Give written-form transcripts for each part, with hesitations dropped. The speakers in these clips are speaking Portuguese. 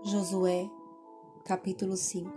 Josué, capítulo 5.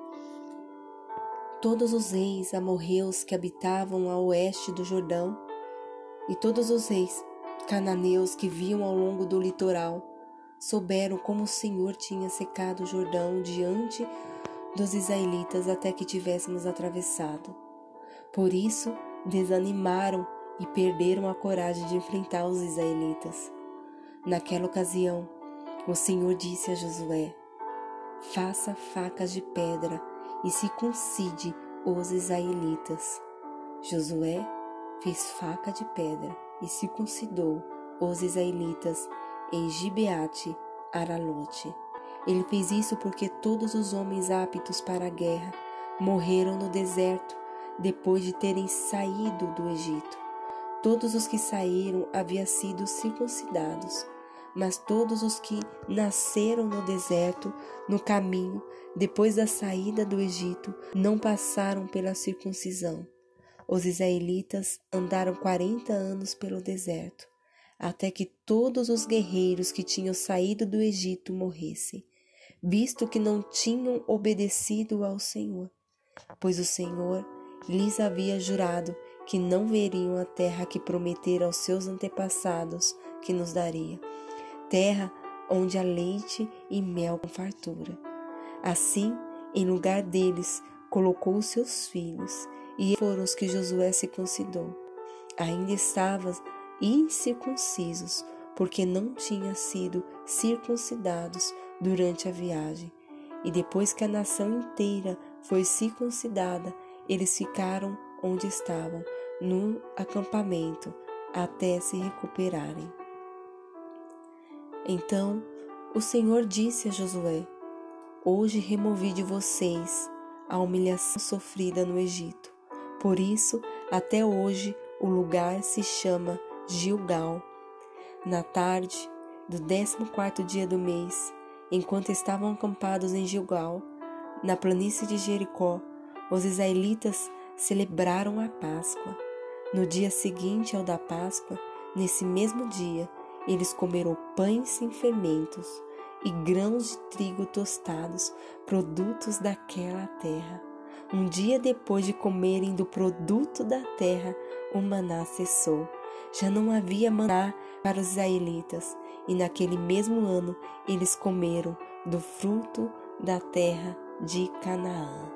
Todos os reis amorreus que habitavam a oeste do Jordão e todos os reis cananeus que viam ao longo do litoral souberam como o Senhor tinha secado o Jordão diante dos israelitas até que tivéssemos atravessado. Por isso, desanimaram e perderam a coragem de enfrentar os israelitas. Naquela ocasião, o Senhor disse a Josué: faça facas de pedra e circuncide os israelitas. Josué fez faca de pedra e circuncidou os israelitas em Gibeate Aralote. Ele fez isso porque todos os homens aptos para a guerra morreram no deserto depois de terem saído do Egito. Todos os que saíram haviam sido circuncidados, mas todos os que nasceram no deserto, no caminho, depois da saída do Egito, não passaram pela circuncisão. Os israelitas andaram 40 anos pelo deserto, até que todos os guerreiros que tinham saído do Egito morressem, visto que não tinham obedecido ao Senhor, pois o Senhor lhes havia jurado que não veriam a terra que prometera aos seus antepassados que nos daria, terra onde há leite e mel com fartura. Assim, em lugar deles, colocou os seus filhos, e foram os que Josué circuncidou. Ainda estavam incircuncisos, porque não tinham sido circuncidados durante a viagem. E depois que a nação inteira foi circuncidada, eles ficaram onde estavam, no acampamento, até se recuperarem. Então o Senhor disse a Josué: hoje removi de vocês a humilhação sofrida no Egito. Por isso, até hoje, o lugar se chama Gilgal. Na tarde do 14º dia do mês, enquanto estavam acampados em Gilgal, na planície de Jericó, os israelitas celebraram a Páscoa. No dia seguinte ao da Páscoa, nesse mesmo dia, eles comeram pães sem fermentos e grãos de trigo tostados, produtos daquela terra. Um dia depois de comerem do produto da terra, o maná cessou. Já não havia maná para os israelitas, e naquele mesmo ano eles comeram do fruto da terra de Canaã.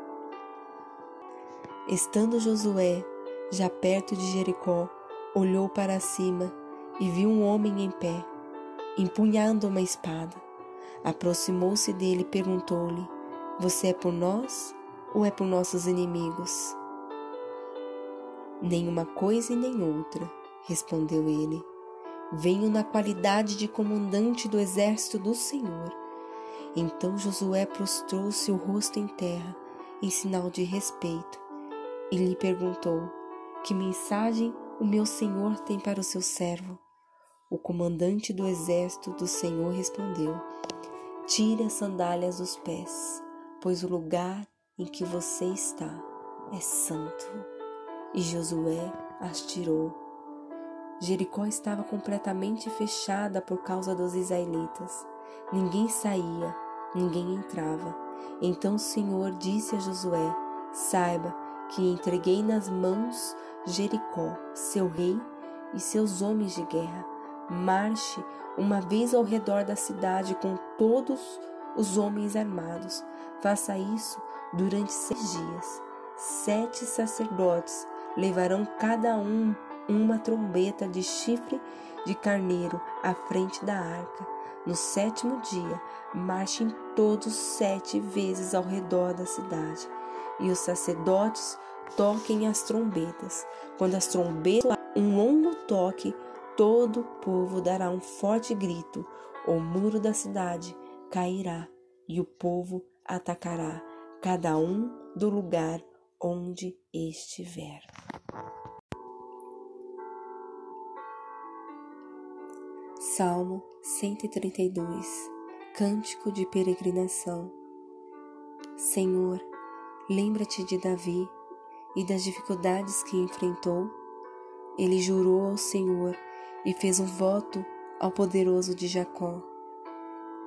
Estando Josué já perto de Jericó, olhou para cima e viu um homem em pé, empunhando uma espada. Aproximou-se dele e perguntou-lhe: você é por nós ou é por nossos inimigos? Nenhuma coisa e nem outra, respondeu ele. Venho na qualidade de comandante do exército do Senhor. Então Josué prostrou-se o rosto em terra, em sinal de respeito, e lhe perguntou: que mensagem o meu senhor tem para o seu servo? O comandante do exército do Senhor respondeu: tire as sandálias dos pés, pois o lugar em que você está é santo. E Josué as tirou. Jericó estava completamente fechada por causa dos israelitas. Ninguém saía, ninguém entrava. Então o Senhor disse a Josué: saiba que entreguei nas mãos Jericó, seu rei e seus homens de guerra. Marche uma vez ao redor da cidade com todos os homens armados. Faça isso durante 6 dias. 7 sacerdotes levarão cada um uma trombeta de chifre de carneiro à frente da arca. No 7º dia, marchem todos 7 vezes ao redor da cidade. E os sacerdotes toquem as trombetas. Quando as trombetas um longo toque, todo o povo dará um forte grito. O muro da cidade cairá e o povo atacará, cada um do lugar onde estiver. Salmo 132. Cântico de peregrinação. Senhor, lembra-te de Davi e das dificuldades que enfrentou. Ele jurou ao Senhor e fez um voto ao poderoso de Jacó.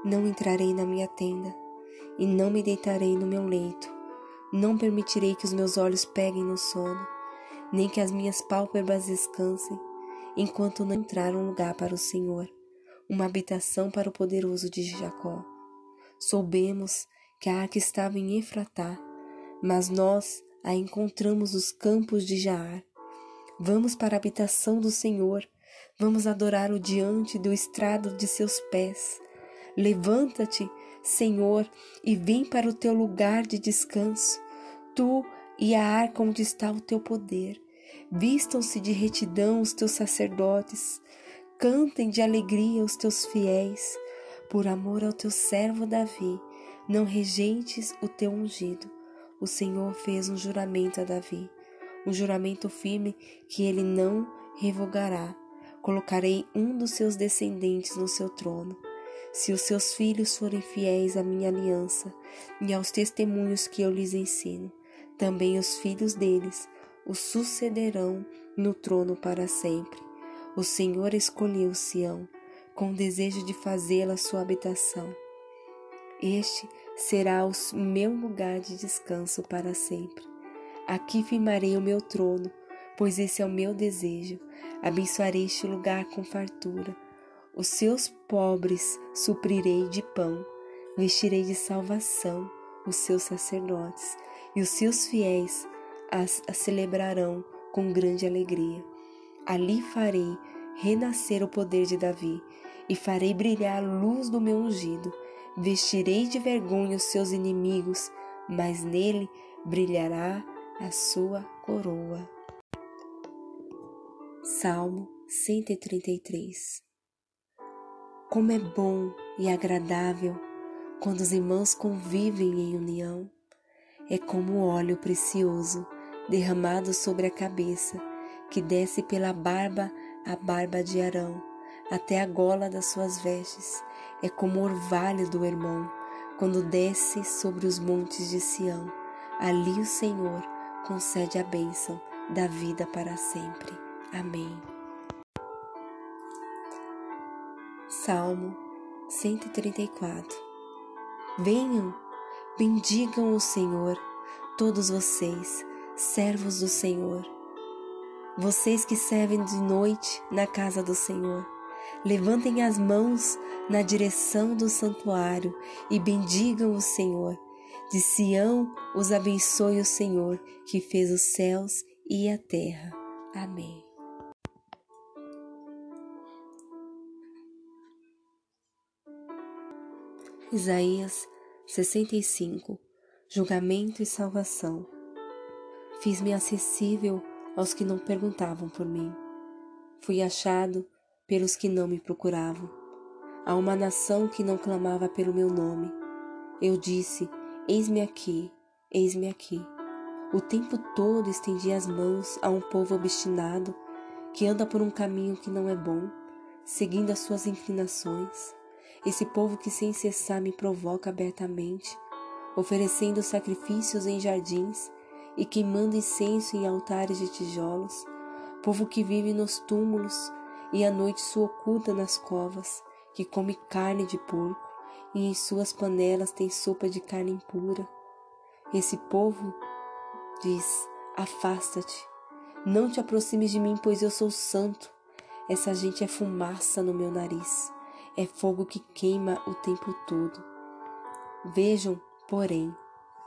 Não entrarei na minha tenda, e não me deitarei no meu leito. Não permitirei que os meus olhos peguem no sono, nem que as minhas pálpebras descansem, enquanto não entrar um lugar para o Senhor, uma habitação para o poderoso de Jacó. Soubemos que a arca estava em Efratá, mas nós a encontramos nos campos de Jaar. Vamos para a habitação do Senhor, vamos adorá-lo diante do estrado de seus pés. Levanta-te, Senhor, e vem para o teu lugar de descanso, tu e a arca onde está o teu poder. Vistam-se de retidão os teus sacerdotes, cantem de alegria os teus fiéis. Por amor ao teu servo Davi, não rejeites o teu ungido. O Senhor fez um juramento a Davi, um juramento firme que ele não revogará. Colocarei um dos seus descendentes no seu trono. Se os seus filhos forem fiéis à minha aliança e aos testemunhos que eu lhes ensino, também os filhos deles o sucederão no trono para sempre. O Senhor escolheu Sião, com o desejo de fazê-la sua habitação. Este será o meu lugar de descanso para sempre. Aqui firmarei o meu trono, pois esse é o meu desejo. Abençoarei este lugar com fartura. Os seus pobres suprirei de pão, vestirei de salvação os seus sacerdotes, e os seus fiéis as celebrarão com grande alegria. Ali farei renascer o poder de Davi, e farei brilhar a luz do meu ungido. Vestirei de vergonha os seus inimigos, mas nele brilhará a sua coroa. Salmo 133. Como é bom e agradável quando os irmãos convivem em união. É como óleo precioso derramado sobre a cabeça, que desce pela barba a barba de Arão, até a gola das suas vestes. É como o orvalho do Hermon, quando desce sobre os montes de Sião. Ali o Senhor concede a bênção da vida para sempre. Amém. Salmo 134. Venham, bendigam o Senhor, todos vocês, servos do Senhor. Vocês que servem de noite na casa do Senhor, levantem as mãos na direção do santuário e bendigam o Senhor. De Sião os abençoe o Senhor, que fez os céus e a terra. Amém. Isaías 65. Julgamento e salvação. Fiz-me acessível aos que não perguntavam por mim. Fui achado pelos que não me procuravam. A uma nação que não clamava pelo meu nome. Eu disse: eis-me aqui, eis-me aqui. O tempo todo estendi as mãos a um povo obstinado que anda por um caminho que não é bom, seguindo as suas inclinações. Esse povo que sem cessar me provoca abertamente, oferecendo sacrifícios em jardins e queimando incenso em altares de tijolos, povo que vive nos túmulos e à noite se oculta nas covas, que come carne de porco e em suas panelas tem sopa de carne impura. Esse povo diz: afasta-te, não te aproximes de mim, pois eu sou santo. Essa gente é fumaça no meu nariz, é fogo que queima o tempo todo. Vejam, porém,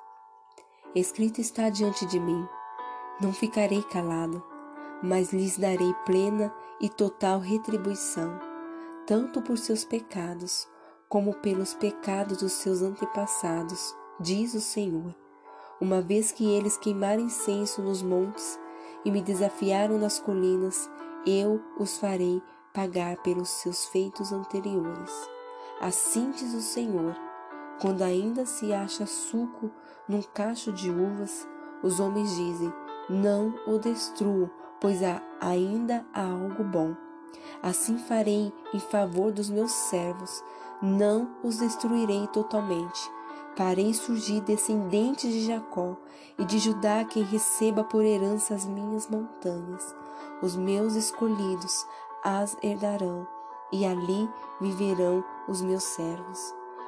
escrito está diante de mim: não ficarei calado, mas lhes darei plena e total retribuição, tanto por seus pecados, como pelos pecados dos seus antepassados, diz o Senhor. Uma vez que eles queimaram incenso nos montes e me desafiaram nas colinas, eu os farei pagar pelos seus feitos anteriores. Assim diz o Senhor: quando ainda se acha suco num cacho de uvas, os homens dizem: não o destruam, pois ainda há algo bom. Assim farei em favor dos meus servos, não os destruirei totalmente. Farei surgir descendentes de Jacó e de Judá quem receba por herança as minhas montanhas. Os meus escolhidos as herdarão, e ali viverão os meus servos.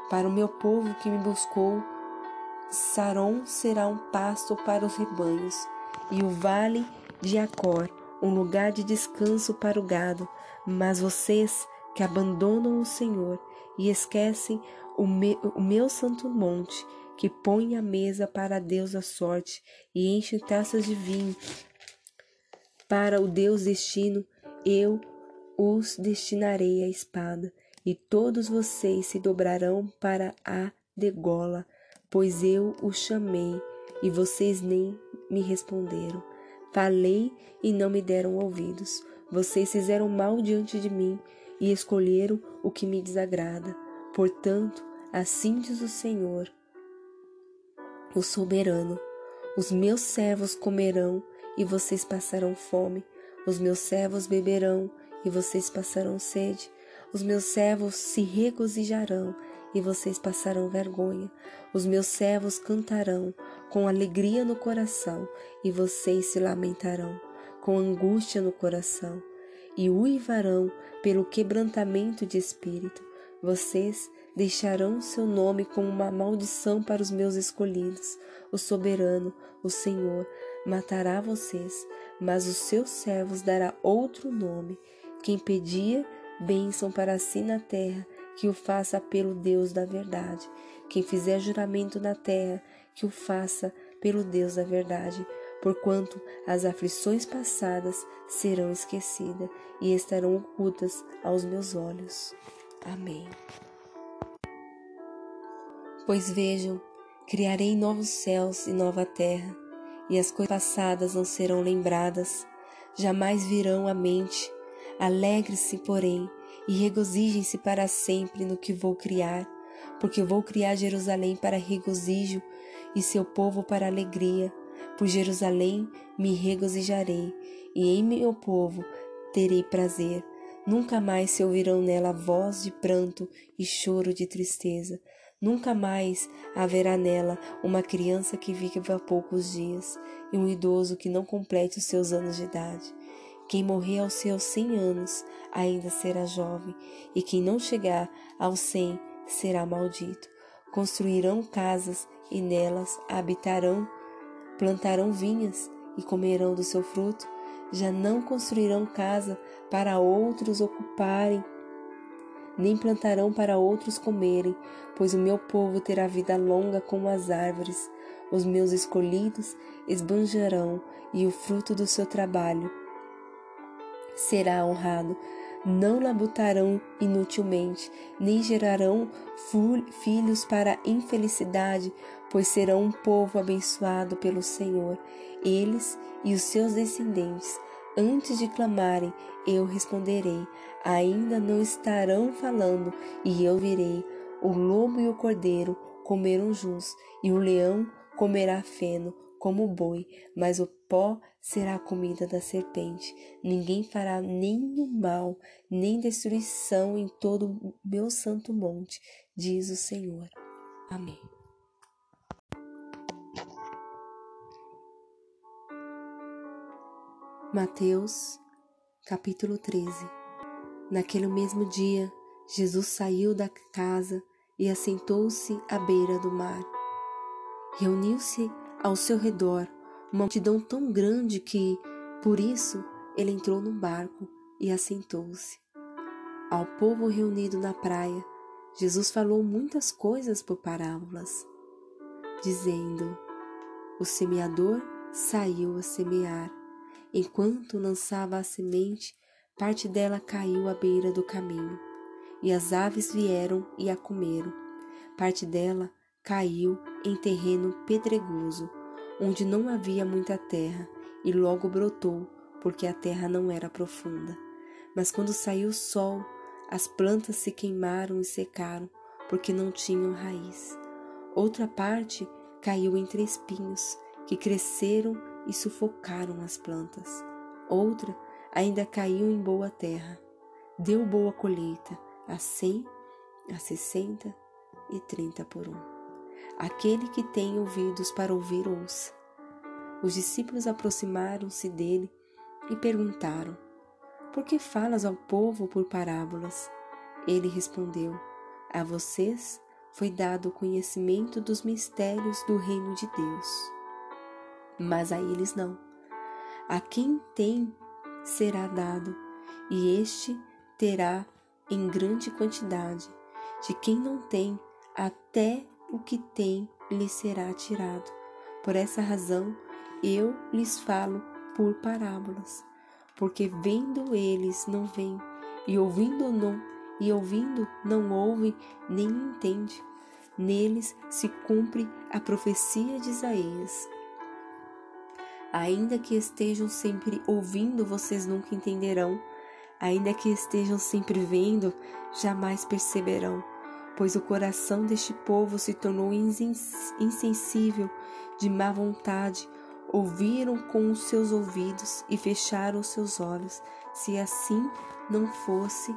Para o meu povo que me buscou, Saron será um pasto para os rebanhos, e o vale de Acor, um lugar de descanso para o gado. Mas vocês que abandonam o Senhor e esquecem o meu santo monte, que põe a mesa para Deus da sorte e enche taças de vinho para o Deus destino, eu os destinarei à espada, e todos vocês se dobrarão para a degola, pois eu os chamei, e vocês nem me responderam. Falei e não me deram ouvidos. Vocês fizeram mal diante de mim e escolheram o que me desagrada. Portanto, assim diz o Senhor, o soberano: os meus servos comerão e vocês passarão fome. Os meus servos beberão e vocês passarão sede. Os meus servos se regozijarão e vocês passarão vergonha. Os meus servos cantarão com alegria no coração e vocês se lamentarão com angústia no coração e uivarão pelo quebrantamento de espírito. Vocês deixarão seu nome como uma maldição para os meus escolhidos. O soberano, o Senhor, matará vocês, mas os seus servos dará outro nome. Quem pedia bênção para si na terra, que o faça pelo Deus da verdade. Quem fizer juramento na terra, que o faça pelo Deus da verdade. Porquanto as aflições passadas serão esquecidas e estarão ocultas aos meus olhos. Amém. Pois vejam, criarei novos céus e nova terra, e as coisas passadas não serão lembradas, jamais virão à mente. Alegre-se, porém, e regozijem-se para sempre no que vou criar, porque vou criar Jerusalém para regozijo e seu povo para alegria. Por Jerusalém me regozijarei, e em meu povo terei prazer. Nunca mais se ouvirão nela voz de pranto e choro de tristeza. Nunca mais haverá nela uma criança que viva poucos dias, e um idoso que não complete os seus anos de idade. Quem morrer aos seus 100 anos ainda será jovem, e quem não chegar aos 100 será maldito. Construirão casas e nelas habitarão, plantarão vinhas e comerão do seu fruto. Já não construirão casa para outros ocuparem, nem plantarão para outros comerem, pois o meu povo terá vida longa como as árvores. Os meus escolhidos esbanjarão, e o fruto do seu trabalho será honrado. Não labutarão inutilmente, nem gerarão filhos para infelicidade, pois serão um povo abençoado pelo Senhor. Eles e os seus descendentes, antes de clamarem, eu responderei. Ainda não estarão falando, e eu virei. O lobo e o cordeiro comerão juntos, e o leão comerá feno como o boi, mas o pó será a comida da serpente. Ninguém fará nenhum mal, nem destruição em todo o meu santo monte, diz o Senhor. Amém. Mateus, capítulo 13. Naquele mesmo dia, Jesus saiu da casa e assentou-se à beira do mar. Reuniu-se ao seu redor uma multidão tão grande que, por isso, ele entrou num barco e assentou-se. Ao povo reunido na praia, Jesus falou muitas coisas por parábolas, dizendo: o semeador saiu a semear. Enquanto lançava a semente, parte dela caiu à beira do caminho, e as aves vieram e a comeram. Parte dela caiu em terreno pedregoso, onde não havia muita terra, e logo brotou, porque a terra não era profunda. Mas quando saiu o sol, as plantas se queimaram e secaram, porque não tinham raiz. Outra parte caiu entre espinhos, que cresceram e sufocaram as plantas. Outra ainda caiu em boa terra. Deu boa colheita, a 100, a 60 e 30 por um. Aquele que tem ouvidos para ouvir, ouça. Os discípulos aproximaram-se dele e perguntaram: por que falas ao povo por parábolas? Ele respondeu: a vocês foi dado o conhecimento dos mistérios do reino de Deus. Mas a eles não. A quem tem será dado, e este terá em grande quantidade. De quem não tem, até o que tem lhe será tirado. Por essa razão, eu lhes falo por parábolas, porque vendo eles não veem, e ouvindo não ouvem nem entendem. Neles se cumpre a profecia de Isaías. Ainda que estejam sempre ouvindo, vocês nunca entenderão. Ainda que estejam sempre vendo, jamais perceberão. Pois o coração deste povo se tornou insensível, de má vontade. Ouviram com os seus ouvidos e fecharam os seus olhos. Se assim não fosse,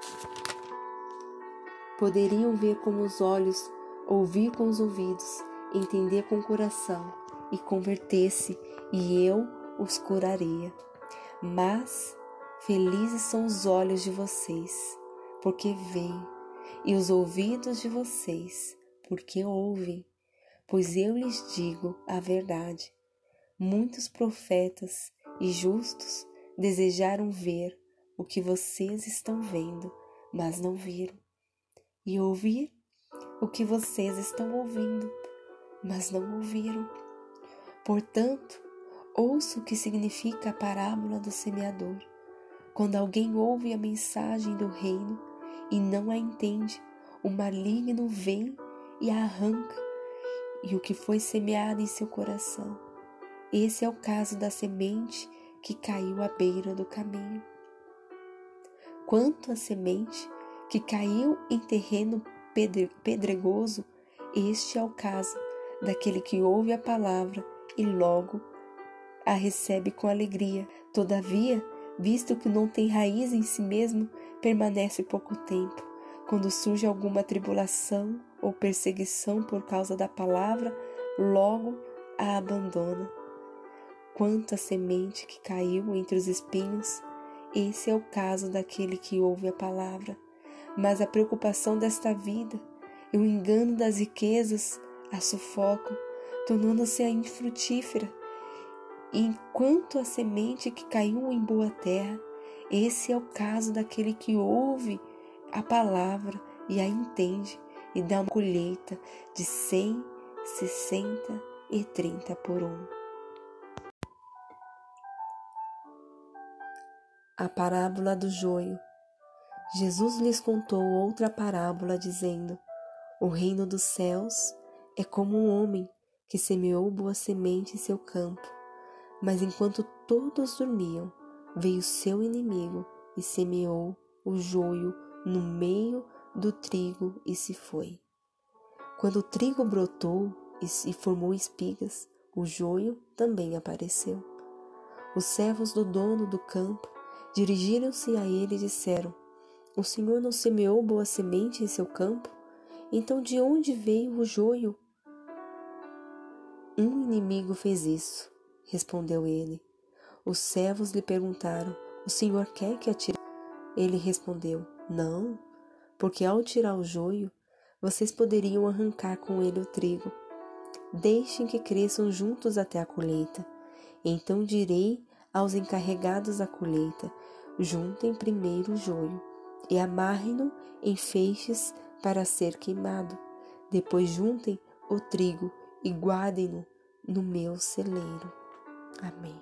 poderiam ver com os olhos, ouvir com os ouvidos, entender com o coração e converter-se, e eu os curaria. Mas felizes são os olhos de vocês, porque veem, e os ouvidos de vocês, porque ouvem. Pois eu lhes digo a verdade: muitos profetas e justos desejaram ver o que vocês estão vendo, mas não viram, e ouvir o que vocês estão ouvindo, mas não ouviram. Portanto, ouça o que significa a parábola do semeador. Quando alguém ouve a mensagem do reino e não a entende, o maligno vem e a arranca, e o que foi semeado em seu coração. Esse é o caso da semente que caiu à beira do caminho. Quanto à semente que caiu em terreno pedregoso, este é o caso daquele que ouve a palavra e logo a recebe com alegria. Todavia, visto que não tem raiz em si mesmo, permanece pouco tempo. Quando surge alguma tribulação ou perseguição por causa da palavra, logo a abandona. Quanto à semente que caiu entre os espinhos, esse é o caso daquele que ouve a palavra, mas a preocupação desta vida e o engano das riquezas a sufocam, tornando-se infrutífera. E quanto à semente que caiu em boa terra, esse é o caso daquele que ouve a palavra e a entende, e dá uma colheita de 100, 60 e 30 por um. A parábola do joio. Jesus lhes contou outra parábola, dizendo: o reino dos céus é como um homem que semeou boa semente em seu campo. Mas enquanto todos dormiam, veio seu inimigo e semeou o joio no meio do trigo e se foi. Quando o trigo brotou e formou espigas, o joio também apareceu. Os servos do dono do campo dirigiram-se a ele e disseram: o senhor não semeou boa semente em seu campo? Então de onde veio o joio? Um inimigo fez isso, respondeu ele. Os servos lhe perguntaram: o senhor quer que atire? Ele respondeu: não, porque ao tirar o joio, vocês poderiam arrancar com ele o trigo. Deixem que cresçam juntos até a colheita. Então direi aos encarregados da colheita: juntem primeiro o joio e amarrem-no em feixes para ser queimado. Depois juntem o trigo e guardem-no no meu celeiro. Amém.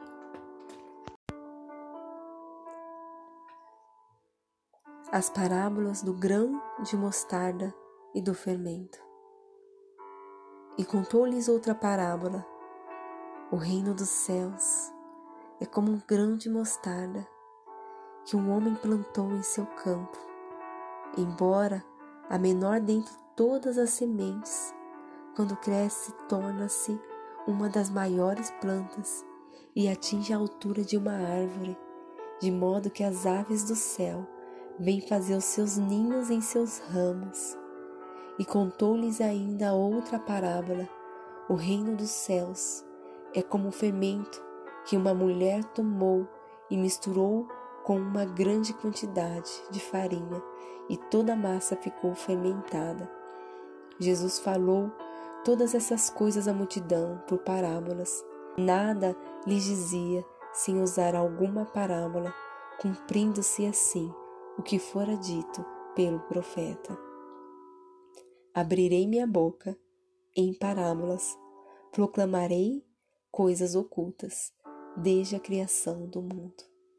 As parábolas do grão de mostarda e do fermento. E contou-lhes outra parábola: o reino dos céus é como um grão de mostarda que um homem plantou em seu campo. Embora a menor dentre todas as sementes, quando cresce, torna-se uma das maiores plantas e atinge a altura de uma árvore, de modo que as aves do céu vêm fazer os seus ninhos em seus ramos. E contou-lhes ainda outra parábola: o reino dos céus é como um fermento que uma mulher tomou e misturou com uma grande quantidade de farinha, e toda a massa ficou fermentada. Jesus falou todas essas coisas à multidão por parábolas. Nada lhes dizia sem usar alguma parábola, cumprindo-se assim o que fora dito pelo profeta. Abrirei minha boca em parábolas, proclamarei coisas ocultas desde a criação do mundo.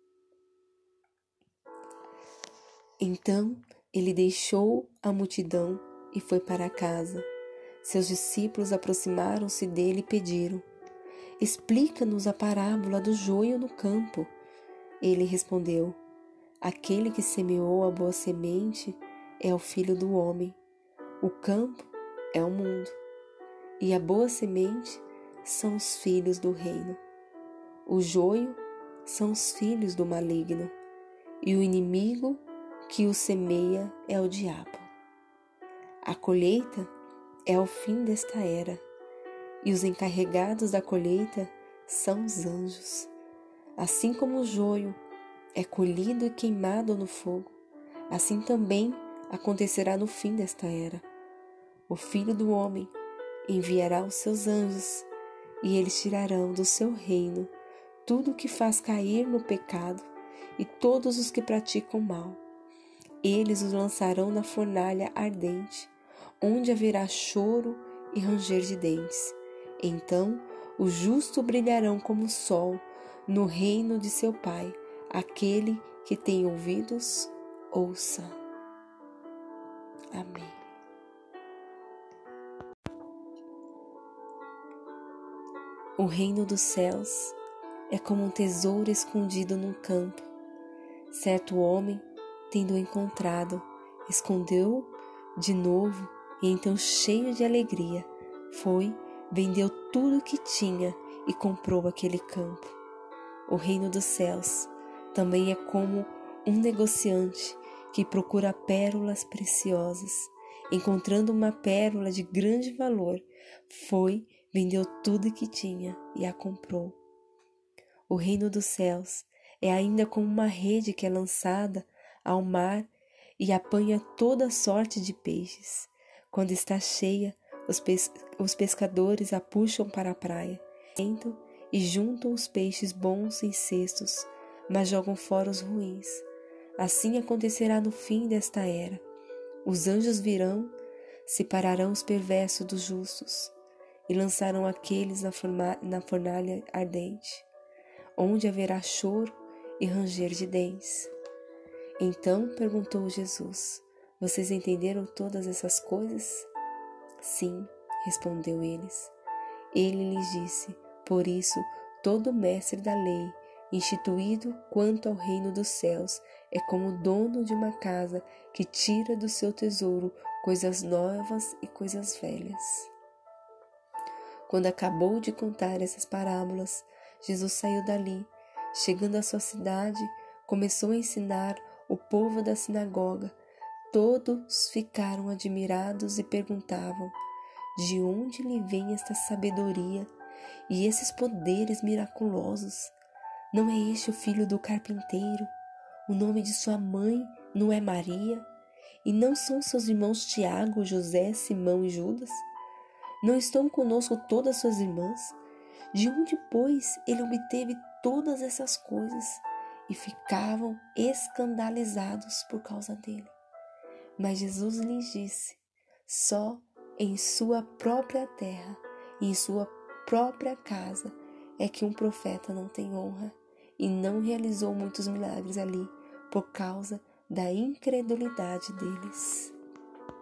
Então ele deixou a multidão e foi para casa. Seus discípulos aproximaram-se dele e pediram: explica-nos a parábola do joio no campo. Ele respondeu: aquele que semeou a boa semente é o Filho do homem. O campo é o mundo, e a boa semente são os filhos do reino. O joio são os filhos do maligno, e o inimigo que o semeia é o diabo. A colheita é o fim desta era, e os encarregados da colheita são os anjos. Assim como o joio é colhido e queimado no fogo, assim também acontecerá no fim desta era. O Filho do homem enviará os seus anjos, e eles tirarão do seu reino tudo o que faz cair no pecado e todos os que praticam mal. Eles os lançarão na fornalha ardente, onde haverá choro e ranger de dentes. Então os justos brilharão como o sol no reino de seu Pai. Aquele que tem ouvidos, ouça. Amém. O reino dos céus é como um tesouro escondido num campo. Certo homem, tendo-o encontrado, escondeu de novo e então, cheio de alegria, foi, vendeu tudo o que tinha e comprou aquele campo. O reino dos céus também é como um negociante que procura pérolas preciosas. Encontrando uma pérola de grande valor, foi, vendeu tudo o que tinha e a comprou. O reino dos céus é ainda como uma rede que é lançada ao mar e apanha toda sorte de peixes. Quando está cheia, os pescadores a puxam para a praia, sentam e juntam os peixes bons em cestos, mas jogam fora os ruins. Assim acontecerá no fim desta era. Os anjos virão, separarão os perversos dos justos e lançarão aqueles na fornalha ardente, onde haverá choro e ranger de dentes. Então perguntou Jesus: vocês entenderam todas essas coisas? Sim, respondeu eles. Ele lhes disse: por isso, todo mestre da lei, instituído quanto ao reino dos céus, é como o dono de uma casa que tira do seu tesouro coisas novas e coisas velhas. Quando acabou de contar essas parábolas, Jesus saiu dali. Chegando à sua cidade, começou a ensinar o povo da sinagoga. Todos ficaram admirados e perguntavam: de onde lhe vem esta sabedoria e esses poderes miraculosos? Não é este o filho do carpinteiro? O nome de sua mãe não é Maria? E não são seus irmãos Tiago, José, Simão e Judas? Não estão conosco todas suas irmãs? De onde, pois, ele obteve todas essas coisas? E ficavam escandalizados por causa dele. Mas Jesus lhes disse: só em sua própria terra e em sua própria casa é que um profeta não tem honra, e não realizou muitos milagres ali por causa da incredulidade deles.